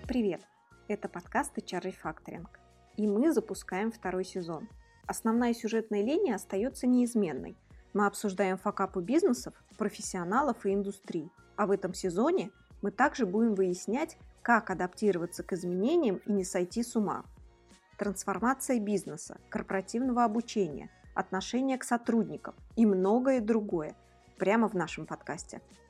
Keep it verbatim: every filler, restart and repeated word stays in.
привет! Это подкаст эйч ар Refactoring, и мы запускаем второй сезон. Основная сюжетная линия остается неизменной. Мы обсуждаем факапы бизнесов, профессионалов и индустрий. А в этом сезоне мы также будем выяснять, как адаптироваться к изменениям и не сойти с ума. Трансформация бизнеса, корпоративного обучения, отношение к сотрудникам и многое другое прямо в нашем подкасте.